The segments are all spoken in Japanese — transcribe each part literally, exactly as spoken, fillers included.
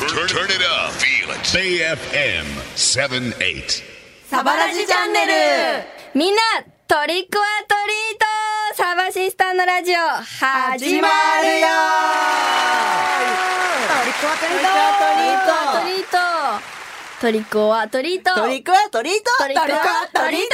Turn, turn it up. Feel it. Bay エフエム セブンティーエイト。 サバラジチャンネル。みんなトリックオアトリート、サバシスターのラジオ始まるよ。トリックオアトリート、トリックオアトリート、トリックオアトリート、 トリックオアトリート、 トリックオアトリート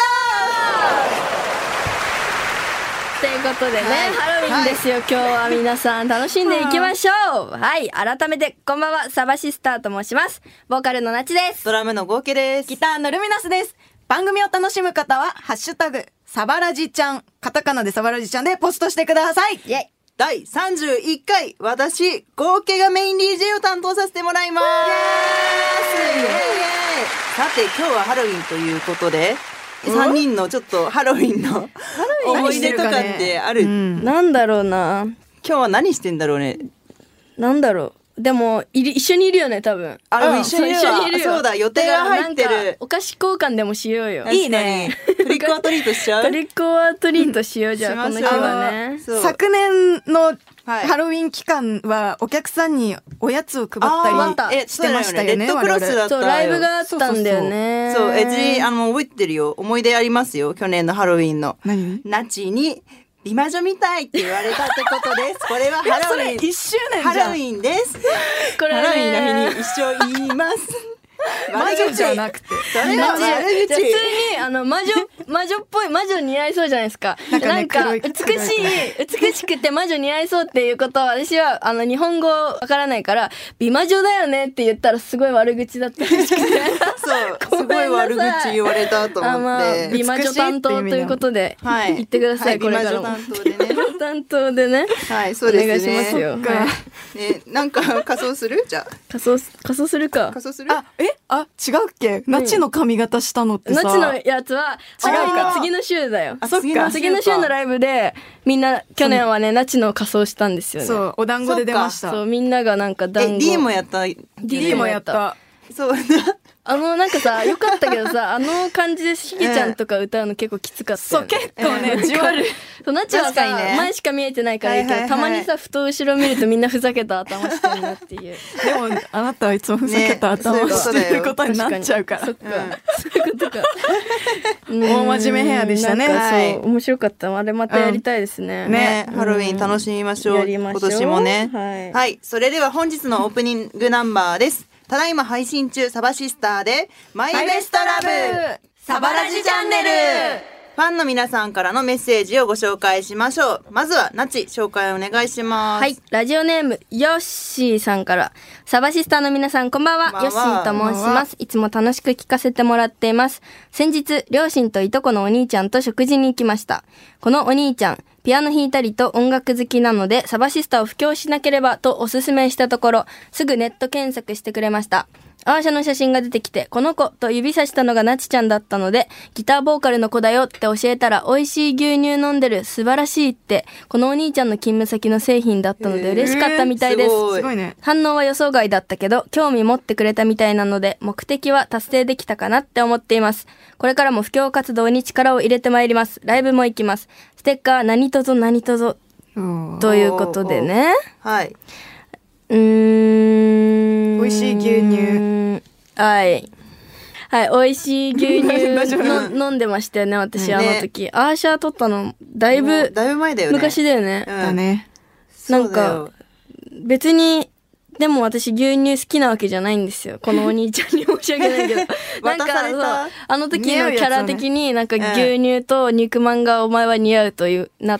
ということでね、はい、ハロウィンですよ、はい、今日は皆さん楽しんでいきましょう。はい、改めてこんばんは、サバシスターと申します。ボーカルのなちです。 ドラムの合計です。 ギターのルミナスです。番組を楽しむ方はハッシュタグサバラジちゃん、カタカナでサバラジちゃんでポストしてください。イェイ。 だいさんじゅういっかい、私合計がメイン ディージェー を担当させてもらいます。イエーイイエーイ。さて今日はハロウィンということで、さんにんのちょっとハロウィンの思い出とかってある、 うん、なんだろうな。 今日は何してんだろうね。 なんだろう、でもいり一緒にいるよね多分。 あ、うん、一緒にいるわ。そうだ、予定が入ってる。 お菓子交換でもしようよ。 いいね。トリックオアトリートしちゃう。 トリックオアトリートしよう。じゃあこの日はね。 昨年のハロウィン期間はお客さんにおやつを配ったりしてましたよね。 レッドクロスだった。 そう、ライブがあったんだよね。 そう、えじあの覚えてるよ。思い出ありますよ。去年のハロウィンの。 何？ ナチに美魔女みたいって言われたってことです。これはハロウィン。 いっしゅうねんじゃん。 ハロウィンです。 これハロウィンの日に一生言います。 魔女じゃなくて。 それは悪口。 普通にあの魔女魔女っぽい、魔女似合いそうじゃないですか。なんか、ね、なんか美しい美しくて魔女似合いそうっていうことは、私はあの日本語わからないから美魔女だよねって言ったらすごい悪口だったらしくて。 そう、すごい悪口言われたと思って。 まあ、美魔女担当ということで言ってください。これからも。 美魔女担当でね。 担当でね。 はい、そうですね。 お願いしますよ。 ね、なんか仮装する？じゃあ。 仮装仮装するか。 仮装する？ あ、え？あ、違うっけ？ナチの髪型したのってさ。 ナチのやつは違うか。次の週だよ。 あ、そっか。 次の週のライブでみんな去年はねナチの仮装したんですよね。 そう、お団子で出ました。 そう、みんながなんか団子。 え、D もやった。 D もやった。 そうだ。 あのなんかさ、よかったけどさ、あの感じでしげちゃんとか歌うの結構きつかったよね。 そう、結構ね、じわる。 そう、ナチはさ、前しか見えてないからいいけど、たまにさ、ふと後ろ見るとみんなふざけた頭してるなっていう。でも、あなたはいつもふざけた頭してることになっちゃうから。 そっか。そういうことか。 大真面目ヘアでしたね。 そう、面白かった。あれまたやりたいですね。 ね、ハロウィン楽しみましょう。今年もね。はい。それでは本日のオープニングナンバーです。ただいま配信中、サバシスターでマイベストラブサバラジチャンネル。ファンの皆さんからのメッセージをご紹介しましょう。まずはナチ、紹介お願いします。 はい、ラジオネームヨッシーさんから。サバシスターの皆さんこんばんは、ヨッシーと申します。いつも楽しく聞かせてもらっています。先日両親といとこのお兄ちゃんと食事に行きました。このお兄ちゃんピアノ弾いたりと音楽好きなので、サバシスターを布教しなければとおすすめしたところ、すぐネット検索してくれました。アーシャの写真が出てきて、この子と指さしたのがナチちゃんだったので、ギターボーカルの子だよって教えたら、美味しい牛乳飲んでる、素晴らしいって、このお兄ちゃんの勤務先の製品だったので嬉しかったみたいです。 すごいね。 反応は予想外だったけど、興味持ってくれたみたいなので、目的は達成できたかなって思っています。これからも布教活動に力を入れてまいります。ライブも行きます。ステッカー何とぞ何とぞということでね。 はい。 うーん。 美味しい牛乳。 はい。はい、美味しい牛乳の飲んでましたよね、私、あの時。ね、アーシャー撮ったの、だいぶ、 だいぶ前だよね。 昔だよね。 うん、 だね。 なんか、別に、でも私牛乳好きなわけじゃないんですよ。このお兄ちゃんに申し訳ないけど。なんかそう、あの時のキャラ的になんか牛乳と肉まんがお前は似合うというなって、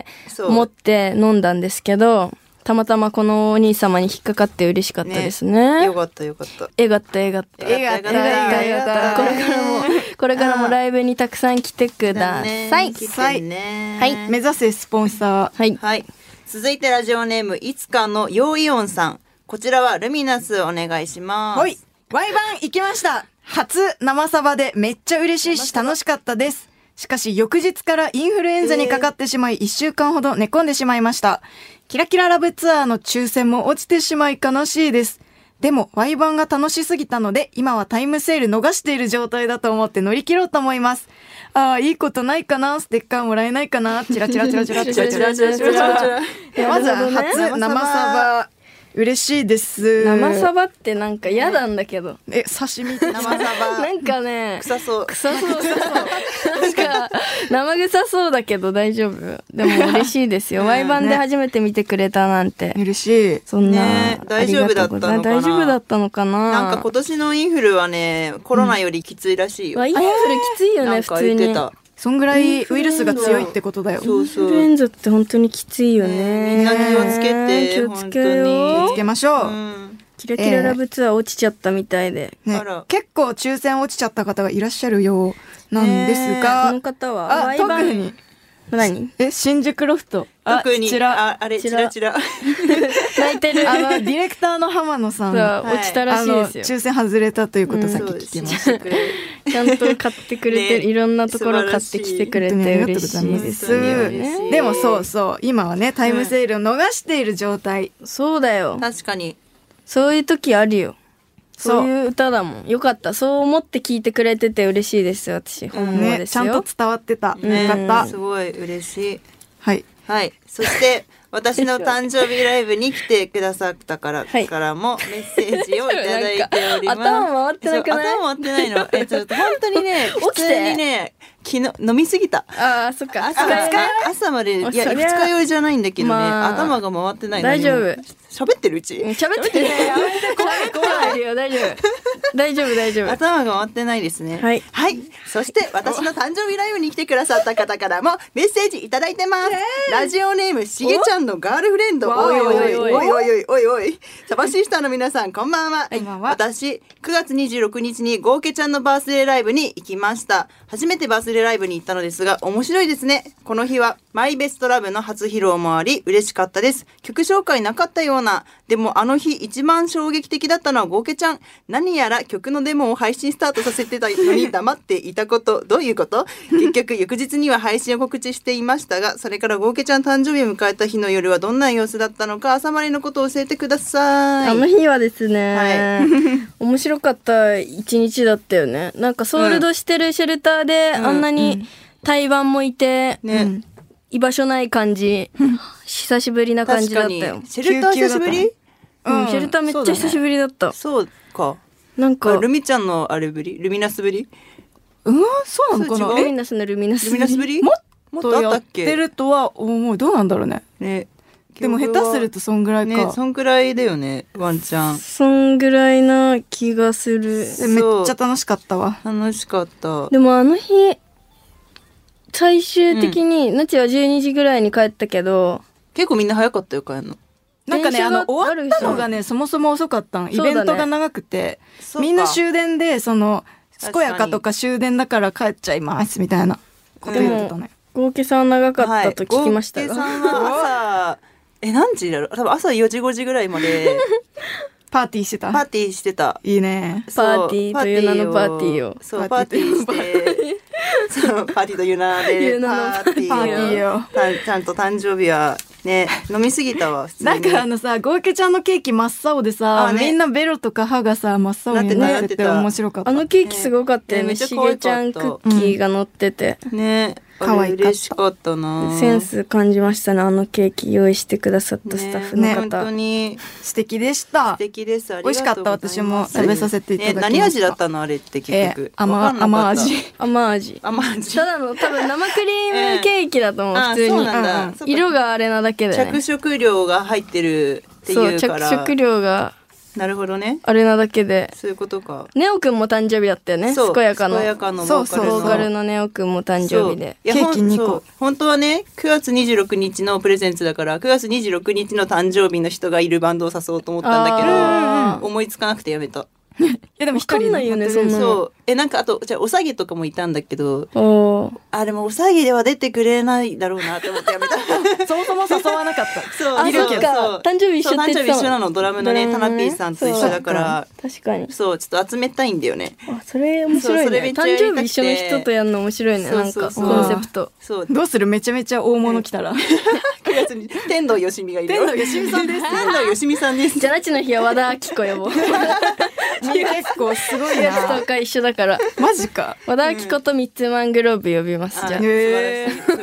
持って飲んだんですけど、たまたまこのお兄様に引っかかって嬉しかったですね。 ね、よかったよかった。 えがったえがった。 えがったえがった。これからも、これからもライブにたくさん来てください。 はい。ね、 はい。 目指せスポンサー。はい。 はい。続いてラジオネーム、いつかのヨーイオンさん。こちらはルミナスお願いします。 はい。ワイバン行きました。初生サバでめっちゃ嬉しいし楽しかったです。しかし翌日からインフルエンザにかかってしまいいっしゅうかんほど寝込んでしまいました。キラキララブツアーの抽選も落ちてしまい悲しいです。でもワイバンが楽しすぎたので今はタイムセール逃している状態だと思って乗り切ろうと思います。ああ、いいことないかな、ステッカーもらえないかな、チラチラチラチラチラチラチラチラチラ。まずは初生サバ嬉しいです。 生サバってなんか嫌なんだけど。 え、刺身的な生サバ。 なんかね、 臭そう。 臭そう、臭そう。なんか、生臭そうだけど大丈夫。でも嬉しいですよ。ワイバンで初めて見てくれたなんて。 嬉しい。 そんな、 ね、大丈夫だったのかな。 大丈夫だったのかな。 なんか今年のインフルはね、コロナよりきついらしいよ。 うん、インフルきついよね、普通に。 そんぐらいウイルスが強いってことだよ。 そうそう。インフルエンザって本当にきついよね。 みんな気をつけて。 気をつけよう。 気をつけましょう。うん、 キラキララブツアー落ちちゃったみたいで。 ね、結構抽選落ちちゃった方がいらっしゃるようなんですが。 この方は、 あ、特に。 何？ え、新宿ロフト。 特に、あ、あれ、チラチラ。 泣いてる。 あの、ディレクターの浜野さん。 落ちたらしいですよ。 抽選外れたということさっき聞きました。 ちゃんと買ってくれて、いろんなところ買ってきてくれて嬉しいです。 でもそうそう、今はね、タイムセールを逃している状態。 そうだよ。 確かに。 そういう時あるよ。そういう歌だもん。よかった。そう思って聞いてくれてて嬉しいです私。ほんまですよ。 ちゃんと伝わってた。よかった。 すごい嬉しい。 はい。 はい。そして私の誕生日ライブに来てくださったから、はい、からもメッセージをいただいております。 頭回ってなくない？ 頭回ってないの。え、ちょっと本当にね、普通にね、昨日飲みすぎた。 ああ、そっか。 朝、朝まで、いや、二日酔いじゃないんだけどね、まあ、頭が回ってないの。 大丈夫。 喋ってるうち？ 喋ってる。怖いよ、大丈夫。大丈夫、大丈夫。 頭が回ってないですね。 はい。 はい。そして私の誕生日ライブに来てくださった方からもメッセージいただいてます。ラジオネームしげちゃんのガールフレンド。おいおいおいおいおいおいおいおい。サバシスターの皆さんこんばんは。私くがつにじゅうろくにちにゴーケちゃんのバースデーライブに行きました。初めてバースデーライブに行ったのですが面白いですね。この日はマイベストラブの初披露もあり嬉しかったです。曲紹介なかったような。でもあの日一番衝撃的だったのはゴーケちゃん。何やら曲のデモを配信スタートさせてたのに黙っていたこと。どういうこと？結局翌日には配信を告知していましたが、それからゴーケちゃん誕生日を迎えた日の夜はどんな様子だったのか、朝まりのことを教えてください。 あの日はですね、はい、面白かった一日だったよね。なんかソールドしてるシェルターであんなに台湾もいて、うんうん、居場所ない感じ、うん、久しぶりな感じだったよ。 シェルター久しぶり？ うん、シェルターめっちゃ久しぶりだった。 そうか。 なんかルミちゃんのあれぶり、ルミナスぶり？ うん、そうなのかな。 ルミナスのルミナスぶり。ルミナスぶり？ もっとやってるとは思う。どうなんだろうね。ね。でも下手するとそんぐらいか。 ね、そんぐらいだよね、ワンちゃん。 そんぐらいな気がする。 めっちゃ楽しかったわ。 楽しかった。 でもあの日最終的に、うん、ナチはじゅうにじぐらいに帰ったけど、 結構みんな早かったよ帰るの。 なんかね、あの終わったのがね、そもそも遅かったの。イベントが長くて、ね、みんな終電でその健やかとか終電だから帰っちゃいますみたいなこと言ってたね。 ゴーケさん長かったと聞きましたが、 はい、ゴーケさんは朝え何時だろう、多分朝よじごじぐらいまでパーティーしてた。 パーティーしてた。 いいね。 パーティーという名のパーティーを。 そう、パーティーして、そう、パーティーという名でパーティーを。ちゃんと誕生日はね、飲みすぎたわ、普通に。 なんかあのさ、ゴーケちゃんのケーキ真っ青でさ、ね、みんなベロとか歯がさ、真っ青になってて面白かった。 あのケーキすごかったよね。しげちゃんクッキーが乗ってて。 ね。可愛い嬉しかったな。 センス感じましたね。あのケーキ用意してくださったスタッフの方、ね、 本当に素敵でした。 素敵です。ありがとうございます。美味しかった。 私も食べさせていただきました。 何味だったのあれって結局。 甘甘味。 甘味。 甘味。 ただの多分生クリームケーキだと思う。普通に。 そうなんだ。 色があれなだけで、ね。 着色料が入ってるっていうから。 そう、着色料が。 なるほどね。 あれなだけで。 そういうことか。 ネオくんも誕生日だったよね。 そう。 健やかの。 健やかのボーカルの。ボーカルのネオくんも誕生日で。 ケーキにこ。本当はね、くがつにじゅうろくにちのプレゼンツだから、くがつにじゅうろくにちの誕生日の人がいるバンドを誘おうと思ったんだけど、思いつかなくてやめた。 いやでも一人ないよね、そんなの。 そう。え、なんかあと、じゃあおさげとかもいたんだけど、あ、でもおさげでは出てくれないだろうなって思ってやめた。 そもそも誘わなかった。 そう、 あ、いるけど。誕生日一緒って言ってた。 誕生日一緒なの、ドラムのね、タナピーさんと一緒だから。 確かに。 そう、ちょっと集めたいんだよね。 あ、それ面白いね。誕生日一緒の人とやるの面白いね、なんか、コンセプト。 そう。 どうする？めちゃめちゃ大物来たら。 くがつに、天童よしみがいる。 天童よしみさんです。 天童よしみさんです。 じゃらちの日は和田アキ子呼ぼう。 結構すごいな。 やつとか一緒だから。 マジか。 和田アキ子とミッツマングローブ呼びます。じゃあ。 素晴らしい。すごい。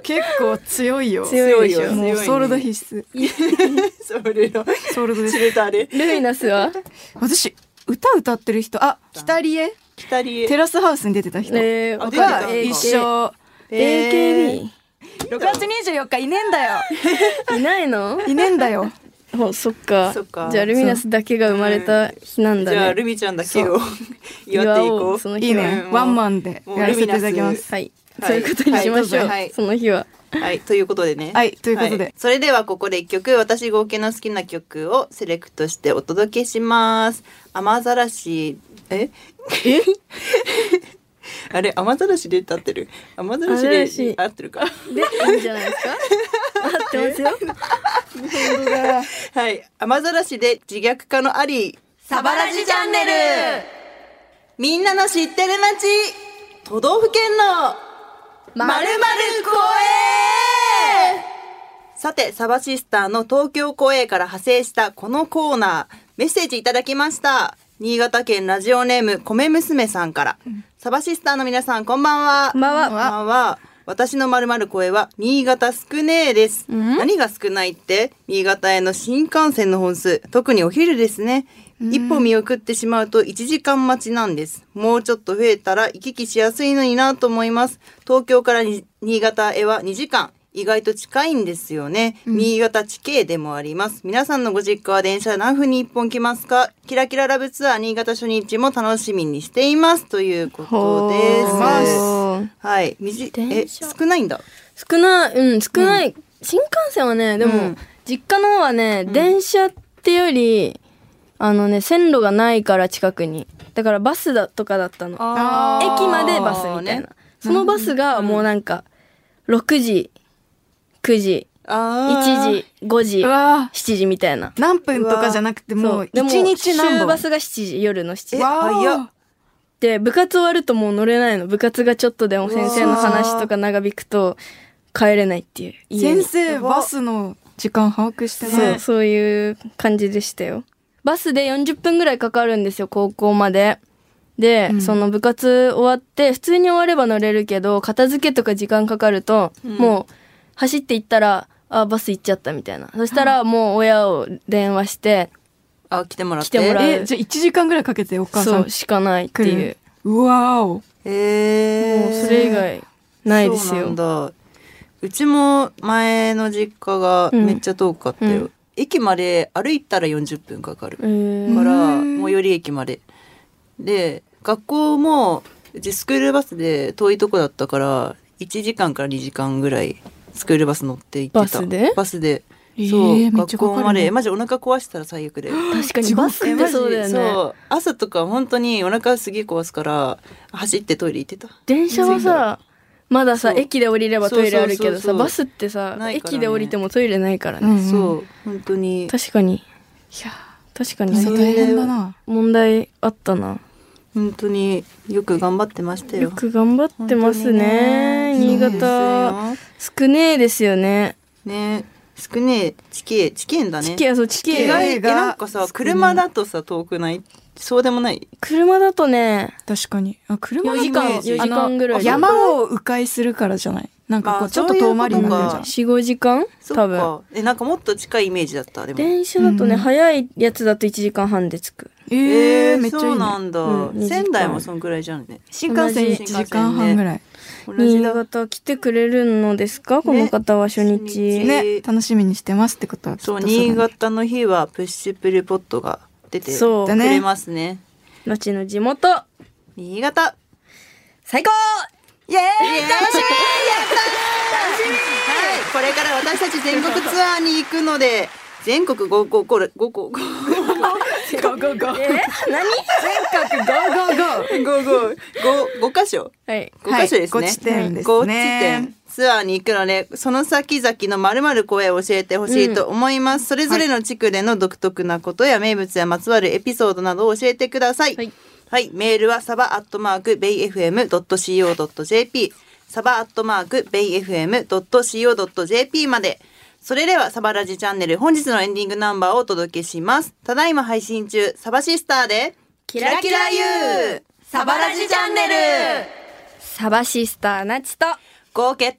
結構強いよ。 強いでしょ。 もうソールド必須。 ソールド。 ソールドです。 知れたね。 ルミナスは私歌歌ってる人、あ、北リエ北リエテラスハウスに出てた人えー、 あ出てたが一緒。 エーケービーろくがつにじゅうよっかいねえんだよ。 いないの？ いねえんだよ。 お、そっか。 そっかじゃあルミナスだけが生まれた日なんだね。 じゃあルミちゃんだけを祝っていこう。 その日はいいね。ワンマンでやらせていただきます。 はい、 はいそういうことにしましょう、 はいその日は。 はい、ということでね。 はいということではそれではここで一曲、私合計の好きな曲をセレクトしてお届けします。雨ざらし、ええあれ、雨ざらしで立ってる。雨ざらし雨ざらしで合ってるか。 で、いいんじゃないですか？合ってますよ。本当だ。 はい、雨ざらしで自虐家のあり、サバラジチャンネル。みんなの知ってる街、都道府県のまるまる公園。さて、サバシスターの東京公園から派生したこのコーナー、メッセージいただきました。新潟県ラジオネーム米娘さんから、うん、サバシスターの皆さんこんばんは。 こんばんは。 こんばんは。私のまるまる声は新潟少ねえです、うん、何が少ないって、新潟への新幹線の本数、特にお昼ですね。一歩見送ってしまうといちじかん待ちなんです。もうちょっと増えたら行き来しやすいのになと思います。東京からに新潟へはにじかん、意外と近いんですよね、うん、新潟地形でもあります。皆さんのご実家は電車何分にいっぽん来ますか？キラキララブツアー新潟初日も楽しみにしていますということです。はい、みじえ少ないんだ。 少ない、うん、少ない、うん、新幹線はね、でも、うん、実家の方はね、うん、電車ってよりあのね、線路がないから近くに、だからバスだとかだったの。駅までバスみたいな、ね、そのバスがもうなんかろくじくじいちじごじしちじみたいな、 何分とかじゃなくてもういちにち何本。 週バスがしちじ、夜のしちじ。 早っ。 で部活終わるともう乗れないの。部活がちょっとでも先生の話とか長引くと帰れないっていう。 先生バスの時間把握してない。 そう、そういう感じでしたよ。バスでよんじゅっぷんぐらいかかるんですよ、高校まで。で、うん、その部活終わって普通に終われば乗れるけど、片付けとか時間かかると、うん、もう走って行ったら、あ、バス行っちゃったみたいな。そしたらもう親を電話して、 あ、来てもらって。 来てもらう。 え、じゃあいちじかんぐらいかけてお母さん。 そう、しかないっていう。 うわーお。 へー。 もうそれ以外ないですよ。 そうなんだ。うちも前の実家がめっちゃ遠かったよ。うんうん、駅まで歩いたらよんじゅっぷんかかる。から、最寄り駅まで。で、学校も、うちスクールバスで遠いとこだったから、いちじかんからにじかんぐらいスクールバス乗って行ってた。 バスでバスで。 えー、 そう、 ね、 学校まで。マジお腹壊したら最悪で。 確かにバスってそうだよね。 そう。朝とか本当にお腹すげえ壊すから、走ってトイレ行ってた。 電車はさ、まださ、駅で降りればトイレあるけどさ、バスってさ、ね、駅で降りてもトイレないからね。 うんうん、そう、本当に。 確かに。いや、確かに大変だな。 問題あったな。 本当によく頑張ってましたよ。 よく頑張ってますね。ね、新潟少ねえですよね。 ね、少ねえ地形地形だね。 地形、そう地形がえなんかさ、車だとさ遠くない？そうでもない？ 車だとね、 確かに。あ、車よじかんよじかんぐらい。 山を迂回するからじゃない？なんかこうちょっと遠回りになってるじゃん。 よん、ごじかん？多分。 え、なんかもっと近いイメージだった。でも電車だとね、うん、早いやつだといちじかんはんで着く。 えー、めっちゃいい、ね。そうなんだ、うん。仙台もそんぐらいじゃんね。 新幹線いちじかんはんぐらい。 新潟来てくれるのですか、この方は初日。 ね、ね、楽しみにしてますってことは。 そう、新潟の日はプッシュプルポットが出てくれますね。 町の地元新潟最高。 イエーイ、楽しみ、やったー、楽しみ。はい、これから私たち全国ツアーに行くので、全国ごここれごこごえ何？全国ゴーゴーゴーゴーゴーごご箇所、 はい、 ご箇所ですね。 ご地点ですね。 ご地点ツアーに行くので、その先々のまるまる声を教えてほしいと思います、うん、それぞれの地区での独特なことや名物やまつわるエピソードなどを教えてください。はい、はい、メールはサバアットマークベイエフエムドットシーオードットジェーピー、サバアットマークベイエフエムドットシーオードットジェーピーまで。それではサバラジチャンネル本日のエンディングナンバーをお届けします。ただいま配信中、サバシスターでキラキラ ユー サバラジチャンネル。 サバシスターなちとゴーケット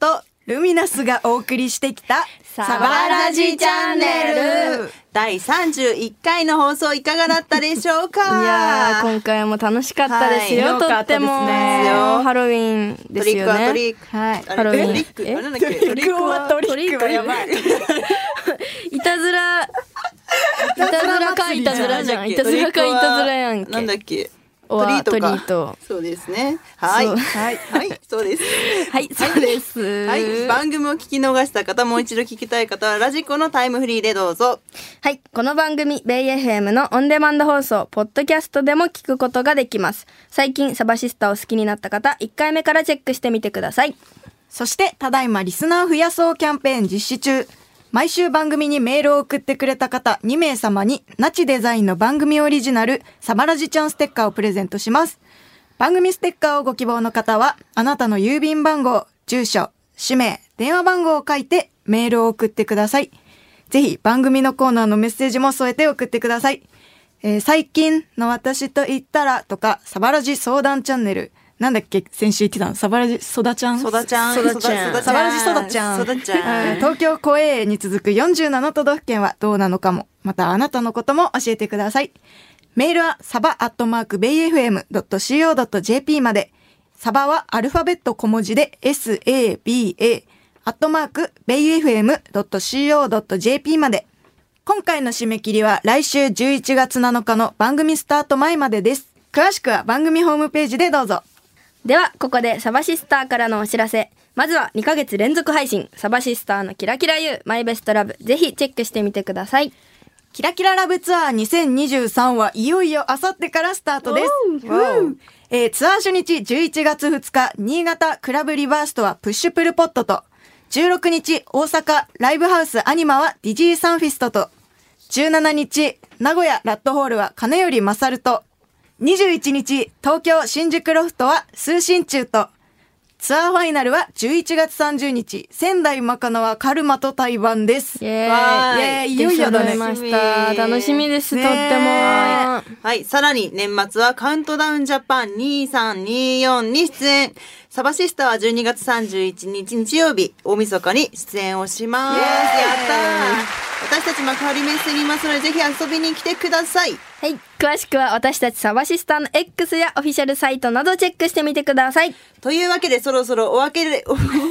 ルミナスがお送りしてきたサバラジチャンネルだいさんじゅういっかいの放送いかがだったでしょうか。 いやー今回も楽しかったですよ、 はい、 とってもハロウィンですよね。 トリックはトリック、 はい、 ハロウィントリックえなんだっけ、 トリックはトリックはやばいいたずらいたずらかいたずらじゃん、いたずらかいたずらやんけ。 なんだっけ、 トリートか。トリート。 そうですね。はい。 そうはい。はい。そうです。 はい、そうです。 はい。番組を聞き逃した方、もう一度聞きたい方は、ラジコのタイムフリーでどうぞ。 はい。この番組、ベイ エフエム のオンデマンド放送、ポッドキャストでも聞くことができます。最近、サバシスタを好きになった方、いっかいめからチェックしてみてください。 そして、ただいまリスナー増やそうキャンペーン実施中。毎週番組にメールを送ってくれた方にめいさまにナチデザインの番組オリジナルサバラジちゃんステッカーをプレゼントします。番組ステッカーをご希望の方はあなたの郵便番号、住所、氏名、電話番号を書いてメールを送ってください。ぜひ番組のコーナーのメッセージも添えて送ってください。えー、最近の私と言ったらとかサバラジ相談チャンネル、なんだっけ先週言ってたの、サバラジソダちゃんソダちゃんソダちゃんサバラジソダちゃんソダちゃん東京小営に続くよんじゅうなな都道府県はどうなのかも、またあなたのことも教えてください。メールはサバアットマークベイエフエムドットシーオードットジェーピー まで。サバはアルファベット小文字で エスエービーエー アットマークベイエフエムドットシーオードットジェーピー まで。今回の締め切りは来週じゅういちがつなのかの番組スタート前までです。詳しくは番組ホームページでどうぞ。 ではここでサバシスターからのお知らせ。まずはにかげつ連続配信サバシスターのキラキラ U マイベストラブ、ぜひチェックしてみてください。 キラキララブツアーにせんにじゅうさんはいよいよあさってからスタートです。えー、ツアー初日じゅういちがつふつか新潟クラブリバーストはプッシュプルポットと、じゅうろくにち大阪ライブハウスアニマはディジーサンフィストと、じゅうしちにち名古屋ラットホールは金よりマサルと、にじゅういちにち東京新宿ロフトは通信中と、ツアーファイナルはじゅういちがつさんじゅうにち仙台マカノはカルマと対バンです。 イエーイ、 イエーイ、いよいよだね。 ました楽しみです、とっても。 はい、さらに年末はカウントダウンジャパンにせんにじゅうよんに出演。サバシスタはじゅうにがつさんじゅういちにち日曜日大晦日に出演をします。やったー。私たち幕張メッセにいますのでぜひ遊びに来てください。 はい、詳しくは私たちサバシスターの X やオフィシャルサイトなどチェックしてみてください。 というわけでそろそろお別れおおお別れ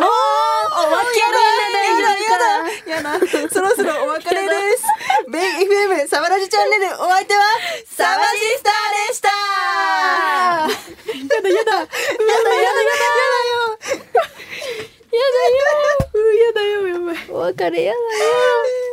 やだやだやだそろそろお別れです。ベイ エフエム サバラジチャンネル、お相手はサバシスターでした。やだやだやだやだやだよやだよやだよやばい、お別れやだよ